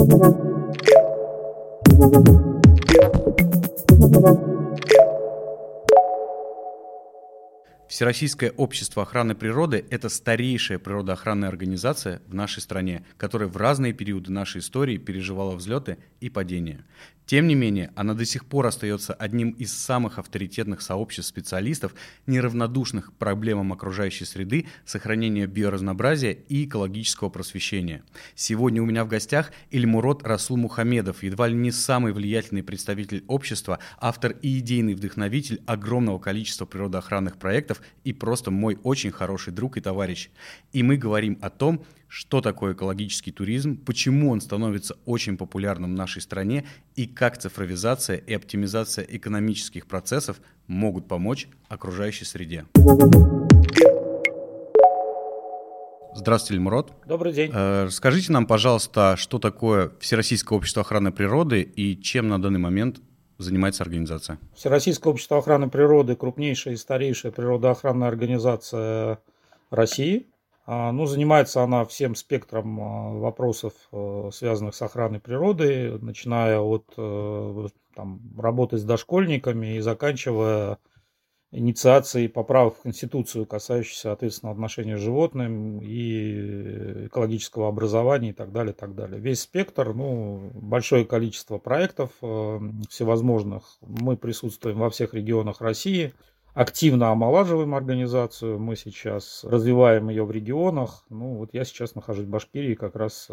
Всероссийское общество охраны природы – это старейшая природоохранная организация в нашей стране, которая в разные периоды нашей истории переживала взлеты и падения. Тем не менее, она до сих пор остается одним из самых авторитетных сообществ специалистов, неравнодушных к проблемам окружающей среды, сохранения биоразнообразия и экологического просвещения. Сегодня у меня в гостях Ильмурод Расул Мухамедов, едва ли не самый влиятельный представитель общества, автор и идейный вдохновитель огромного количества природоохранных проектов и просто мой очень хороший друг и товарищ. И мы говорим о том, что такое экологический туризм, почему он становится очень популярным в нашей стране и как цифровизация и оптимизация экономических процессов могут помочь окружающей среде. Здравствуйте, Ильмурод. Добрый день. Расскажите нам, пожалуйста, что такое Всероссийское общество охраны природы и чем на данный момент занимается организация? Всероссийское общество охраны природы – крупнейшая и старейшая природоохранная организация России. Занимается она всем спектром вопросов, связанных с охраной природы, начиная от работы с дошкольниками и заканчивая инициацией поправок в Конституцию, касающихся, соответственно, отношений с животным и экологического образования и так далее, так далее. Весь спектр, большое количество проектов всевозможных. Мы присутствуем во всех регионах России. Активно омолаживаем организацию, мы сейчас развиваем ее в регионах. Я сейчас нахожусь в Башкирии как раз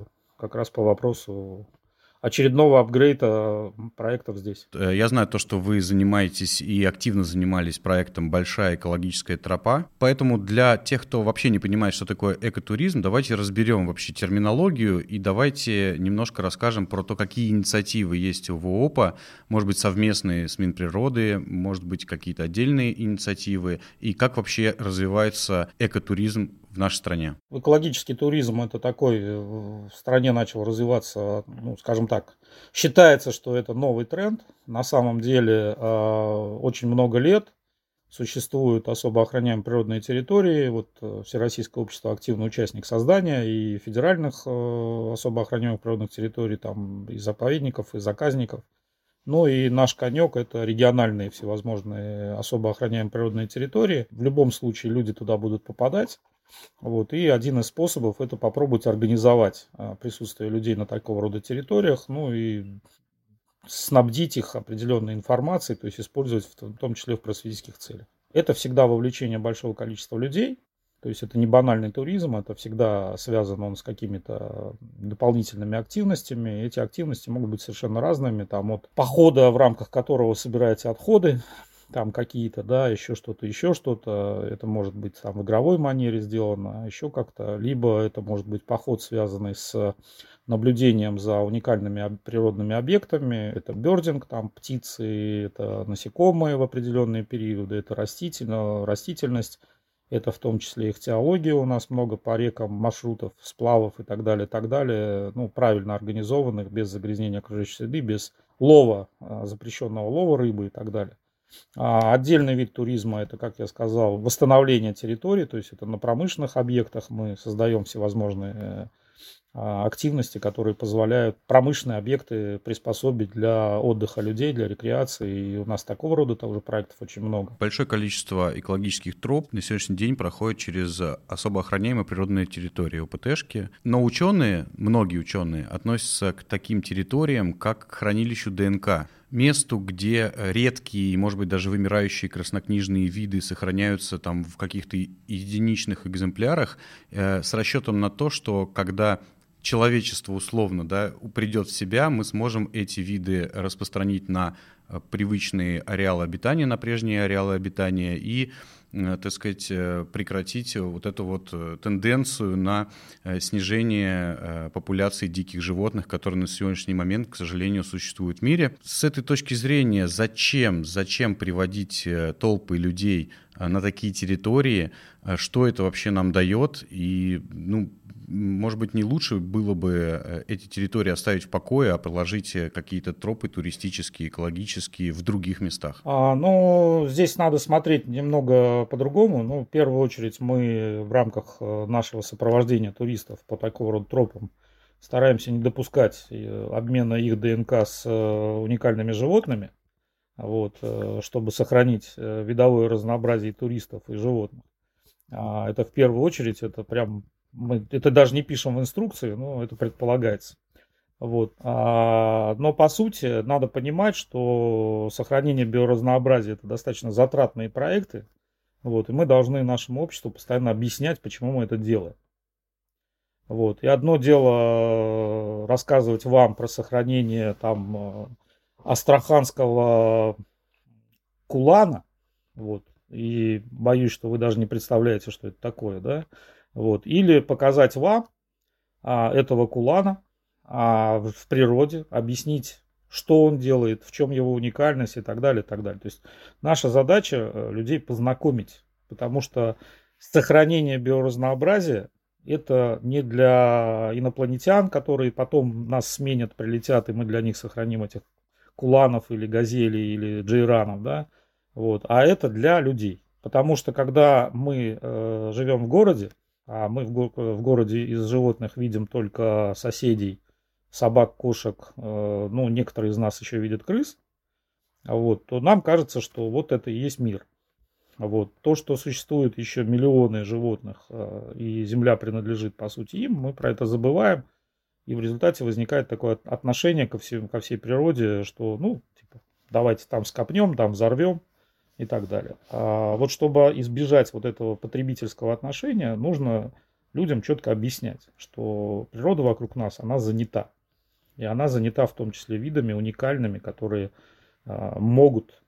по вопросу очередного апгрейда проектов здесь. Я знаю то, что вы занимаетесь и активно занимались проектом «Большая экологическая тропа». Поэтому для тех, кто вообще не понимает, что такое экотуризм, давайте разберем вообще терминологию и давайте немножко расскажем про то, какие инициативы есть у ВООПа, может быть, совместные с Минприроды, может быть, какие-то отдельные инициативы, и как вообще развивается экотуризм в нашей стране. Экологический туризм – это такой, в стране начал развиваться, скажем так, считается, что это новый тренд. На самом деле очень много лет существуют особо охраняемые природные территории. Всероссийское общество активный участник создания и федеральных особо охраняемых природных территорий, там и заповедников, и заказников. И наш конек – это региональные всевозможные особо охраняемые природные территории. В любом случае люди туда будут попадать. И один из способов – это попробовать организовать присутствие людей на такого рода территориях, и снабдить их определенной информацией, то есть использовать в том числе в просветительских целях. Это всегда вовлечение большого количества людей, то есть это не банальный туризм, это всегда связано он с какими-то дополнительными активностями. Эти активности могут быть совершенно разными, от похода, в рамках которого собираете отходы, там какие-то, еще что-то, это может быть в игровой манере сделано, еще как-то, либо это может быть поход, связанный с наблюдением за уникальными природными объектами, это бёрдинг, птицы, это насекомые в определенные периоды, это растительность, это в том числе ихтиология, у нас много по рекам маршрутов, сплавов и так далее, правильно организованных, без загрязнения окружающей среды, без лова, запрещенного лова рыбы и так далее. Отдельный вид туризма – это, как я сказал, восстановление территории, то есть это на промышленных объектах мы создаем всевозможные активности, которые позволяют промышленные объекты приспособить для отдыха людей, для рекреации. И у нас такого рода тоже проектов очень много. Большое количество экологических троп на сегодняшний день проходит через особо охраняемые природные территории, ОПТшки. Но многие ученые относятся к таким территориям, как к хранилищу ДНК. Месту, где редкие, может быть, даже вымирающие краснокнижные виды сохраняются в каких-то единичных экземплярах, с расчетом на то, что когда человечество условно придет в себя, мы сможем эти виды распространить на привычные ареалы обитания, на прежние ареалы обитания и, прекратить эту тенденцию на снижение популяции диких животных, которые на сегодняшний момент, к сожалению, существуют в мире. С этой точки зрения, зачем приводить толпы людей на такие территории, что это вообще нам дает и, может быть, не лучше было бы эти территории оставить в покое, а проложить какие-то тропы туристические, экологические в других местах? Здесь надо смотреть немного по-другому. В первую очередь мы в рамках нашего сопровождения туристов по такого рода тропам стараемся не допускать обмена их ДНК с уникальными животными, вот, чтобы сохранить видовое разнообразие туристов и животных. Это в первую очередь, это прям, мы это даже не пишем в инструкции, но это предполагается. Вот. Но по сути надо понимать, что сохранение биоразнообразия это достаточно затратные проекты. Вот, и мы должны нашему обществу постоянно объяснять, почему мы это делаем. Вот. И одно дело рассказывать вам про сохранение там астраханского кулана, вот, и боюсь, что вы даже не представляете, что это такое, да, вот, или показать вам этого кулана в природе, объяснить, что он делает, в чем его уникальность и так далее, и так далее. То есть наша задача людей познакомить, потому что сохранение биоразнообразия это не для инопланетян, которые потом нас сменят, прилетят, и мы для них сохраним этих куланов или газелей или джейранов, да, вот, а это для людей. Потому что когда мы живем в городе, а мы в городе из животных видим только соседей, собак, кошек, ну, некоторые из нас еще видят крыс, вот, то нам кажется, что вот это и есть мир. Вот. То, что существует еще миллионы животных, и Земля принадлежит, по сути, им, мы про это забываем, и в результате возникает такое отношение ко всей природе, что, ну, типа, давайте там скопнем, там взорвем и так далее. А вот чтобы избежать вот этого потребительского отношения, нужно людям четко объяснять, что природа вокруг нас, она занята. И она занята в том числе видами уникальными, которые могут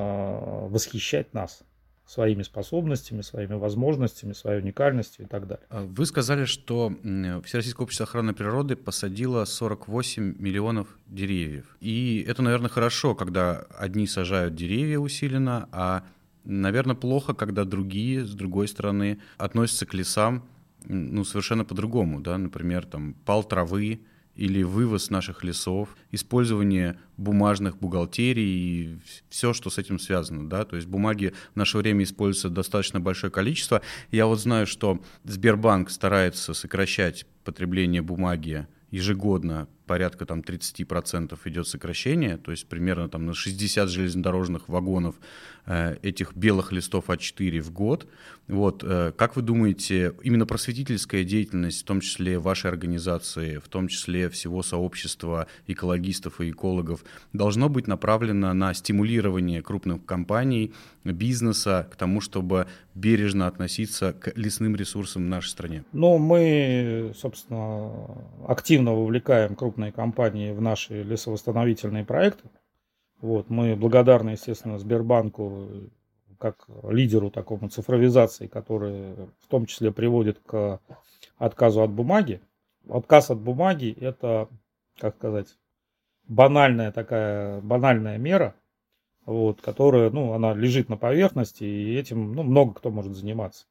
восхищать нас своими способностями, своими возможностями, своей уникальностью и так далее. Вы сказали, что Всероссийское общество охраны природы посадило 48 миллионов деревьев. И это, наверное, хорошо, когда одни сажают деревья усиленно, а, наверное, плохо, когда другие, с другой стороны, относятся к лесам ну, совершенно по-другому. Да? Например, там, пал травы, или вывоз наших лесов, использование бумажных бухгалтерий и все, что с этим связано. Да? То есть бумаги в наше время используется достаточно большое количество. Я вот знаю, что Сбербанк старается сокращать потребление бумаги ежегодно, порядка там 30% идет сокращение, то есть примерно там на 60 железнодорожных вагонов этих белых листов А4 в год. Вот, как вы думаете, именно просветительская деятельность, в том числе вашей организации, в том числе всего сообщества экологистов и экологов, должно быть направлено на стимулирование крупных компаний, бизнеса к тому, чтобы бережно относиться к лесным ресурсам в нашей стране? Ну, мы, собственно, активно вовлекаем крупные компании в наши лесовосстановительные проекты. Вот, мы благодарны, естественно, Сбербанку как лидеру такому цифровизации, который в том числе приводит к отказу от бумаги. Отказ от бумаги – это, как сказать, банальная мера, вот, которая, ну, она лежит на поверхности, и этим, ну, много кто может заниматься.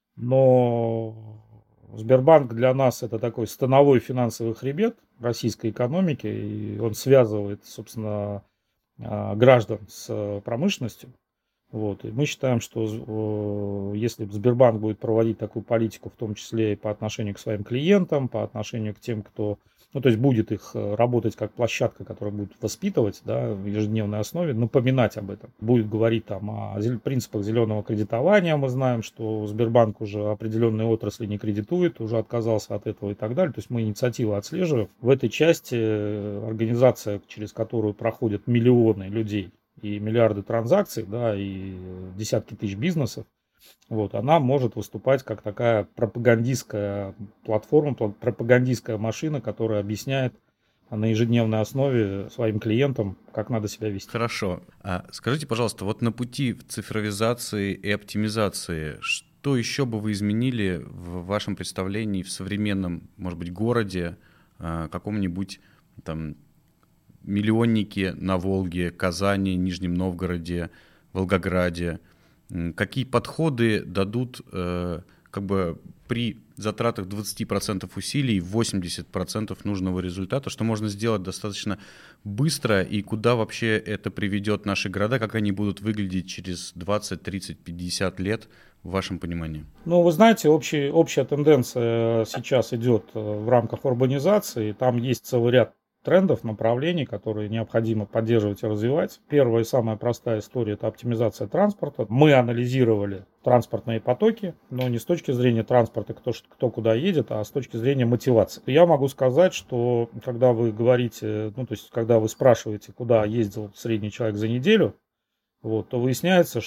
Но Сбербанк для нас это такой становой финансовый хребет российской экономики, и он связывает, собственно, граждан с промышленностью. Вот. И мы считаем, что если Сбербанк будет проводить такую политику, в том числе и по отношению к своим клиентам, по отношению к тем, кто, ну, то есть будет их работать как площадка, которая будет воспитывать, да, в ежедневной основе, напоминать об этом. Будет говорить там о принципах зеленого кредитования. Мы знаем, что Сбербанк уже определенные отрасли не кредитует, уже отказался от этого и так далее. То есть мы инициативы отслеживаем. В этой части организация, через которую проходят миллионы людей, и миллиарды транзакций, да, и десятки тысяч бизнесов, вот, она может выступать как такая пропагандистская платформа, пропагандистская машина, которая объясняет на ежедневной основе своим клиентам, как надо себя вести. Хорошо. Скажите, пожалуйста, вот на пути цифровизации и оптимизации, что еще бы вы изменили в вашем представлении в современном, может быть, городе, каком-нибудь там миллионнике на Волге, Казани, Нижнем Новгороде, Волгограде? Какие подходы дадут как бы при затратах 20% усилий 80% нужного результата, что можно сделать достаточно быстро, и куда вообще это приведет наши города, как они будут выглядеть через 20, 30, 50 лет? в вашем понимании? Ну, вы знаете, общая тенденция сейчас идет в рамках урбанизации. Там есть целый ряд трендов, направлений, которые необходимо поддерживать и развивать. Первая и самая простая история – это оптимизация транспорта. Мы анализировали транспортные потоки, но не с точки зрения транспорта, кто куда едет, а с точки зрения мотивации. Я могу сказать, что когда вы говорите, ну, то есть, когда вы спрашиваете, куда ездил средний человек за неделю, вот, то выясняется,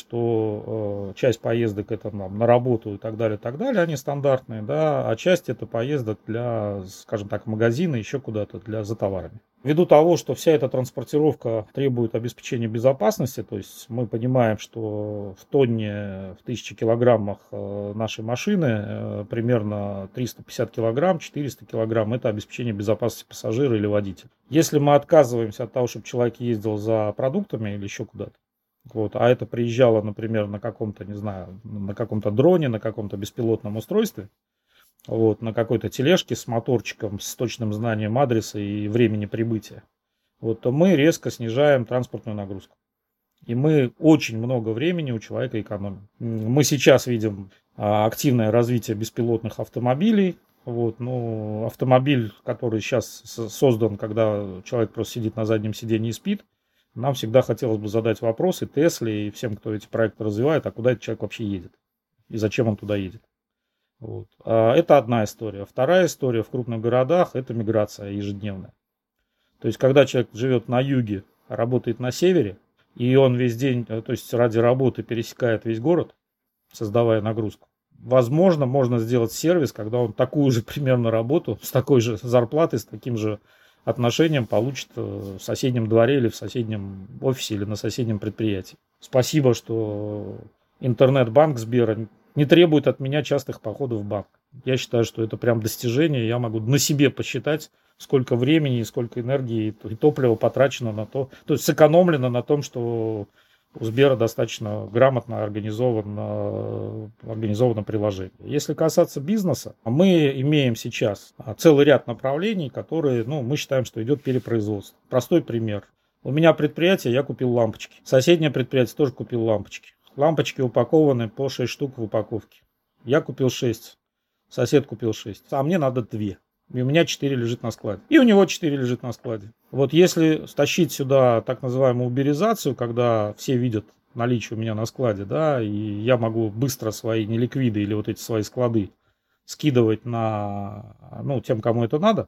что часть поездок это на работу и так далее, они стандартные, да, а часть это поездок для, скажем так, магазина, еще куда-то за товарами. Ввиду того, что вся эта транспортировка требует обеспечения безопасности, то есть мы понимаем, что в тонне, в 1000 килограммах нашей машины примерно 350 килограмм, 400 килограмм – это обеспечение безопасности пассажира или водителя. Если мы отказываемся от того, чтобы человек ездил за продуктами или еще куда-то, вот, а это приезжало, например, на каком-то, не знаю, на каком-то дроне, на каком-то беспилотном устройстве, вот, на какой-то тележке с моторчиком, с точным знанием адреса и времени прибытия, вот, то мы резко снижаем транспортную нагрузку. И мы очень много времени у человека экономим. Мы сейчас видим активное развитие беспилотных автомобилей. Вот, ну, автомобиль, который сейчас создан, когда человек просто сидит на заднем сиденье и спит, нам всегда хотелось бы задать вопросы Тесле и всем, кто эти проекты развивает, а куда этот человек вообще едет и зачем он туда едет. Вот. Это одна история. Вторая история в крупных городах – это миграция ежедневная. То есть, когда человек живет на юге, работает на севере, и он весь день, то есть ради работы пересекает весь город, создавая нагрузку, возможно, можно сделать сервис, когда он такую же примерно работу, с такой же зарплатой, с таким же отношением получит в соседнем дворе или в соседнем офисе или на соседнем предприятии. Спасибо, что интернет-банк Сбера не требует от меня частых походов в банк. Я считаю, что это прям достижение. Я могу на себе посчитать, сколько времени, сколько энергии и топлива потрачено на то, то есть сэкономлено на том, что у Сбера достаточно грамотно организовано приложение. Если касаться бизнеса, мы имеем сейчас целый ряд направлений, которые, ну, мы считаем, что идет перепроизводство. Простой пример. У меня предприятие, я купил лампочки. Соседнее предприятие тоже купил лампочки. Лампочки упакованы по 6 штук в упаковке. Я купил 6, сосед купил 6, а мне надо 2. И у меня 4 лежит на складе. И у него 4 лежит на складе. Вот если стащить сюда так называемую уберизацию, когда все видят наличие у меня на складе, да, и я могу быстро свои неликвиды или вот эти свои склады скидывать на, ну, тем, кому это надо,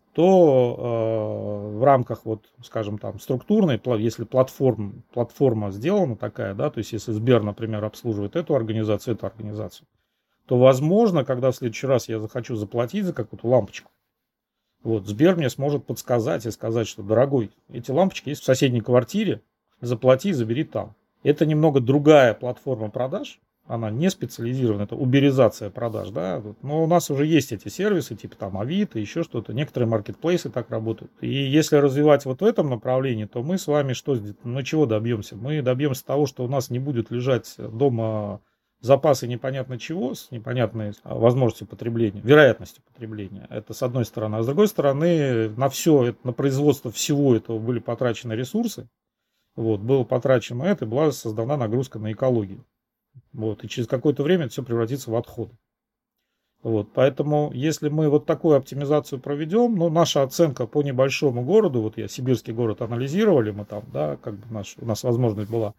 то в рамках, вот, скажем, там, структурной, если платформа сделана такая, да, то есть если Сбер, например, обслуживает эту организацию, то, возможно, когда в следующий раз я захочу заплатить за какую-то лампочку, вот, Сбер мне сможет подсказать и сказать, что, дорогой, эти лампочки есть в соседней квартире, заплати, забери там. Это немного другая платформа продаж, она не специализирована, это уберизация продаж, да, но у нас уже есть эти сервисы, типа там Авито, еще что-то, некоторые маркетплейсы так работают. И если развивать вот в этом направлении, то мы с вами чего добьемся? Мы добьемся того, что у нас не будет лежать дома запасы непонятно чего, с непонятной возможностью потребления, вероятностью потребления. Это с одной стороны. А с другой стороны, на производство всего этого были потрачены ресурсы. Вот, было потрачено это, и была создана нагрузка на экологию. Вот, и через какое-то время это все превратится в отходы. Вот, поэтому, если мы вот такую оптимизацию проведем, ну, наша оценка по небольшому городу, вот я сибирский город анализировали, мы там, да, как бы у нас возможность была.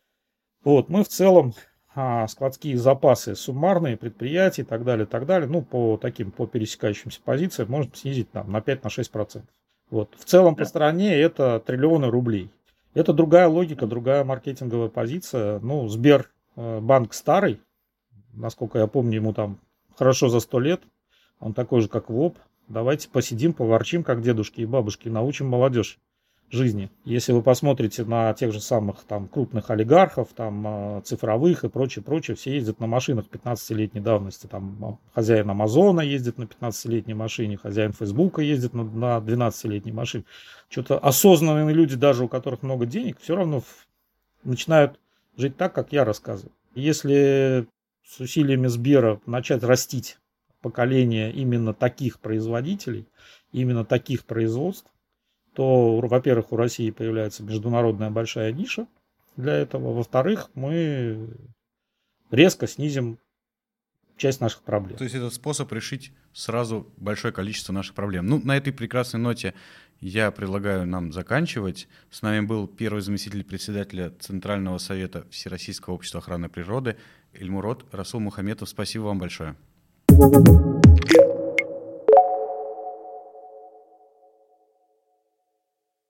Вот, мы в целом складские запасы суммарные предприятий и так далее, ну, по пересекающимся позициям можно снизить там, на 5-6%. Вот. В целом по стране это триллионы рублей. Это другая логика, другая маркетинговая позиция. Ну, Сбербанк старый, насколько я помню, ему там хорошо за 100 лет. Он такой же, как ВОП. Давайте посидим, поворчим, как дедушки и бабушки, и научим молодежь жизни. Если вы посмотрите на тех же самых там крупных олигархов, там цифровых и прочее, все ездят на машинах 15-летней давности. Там хозяин Амазона ездит на 15-летней машине, хозяин Фейсбука ездит на 12-летней машине. Что-то осознанные люди, даже у которых много денег, все равно начинают жить так, как я рассказываю. Если с усилиями Сбера начать растить поколение именно таких производителей, именно таких производств, то, во-первых, у России появляется международная большая ниша для этого. Во-вторых, мы резко снизим часть наших проблем. То есть это способ решить сразу большое количество наших проблем. Ну, на этой прекрасной ноте я предлагаю нам заканчивать. С нами был первый заместитель председателя Центрального совета Всероссийского общества охраны природы Эльмурод Расул Мухаметов. Спасибо вам большое.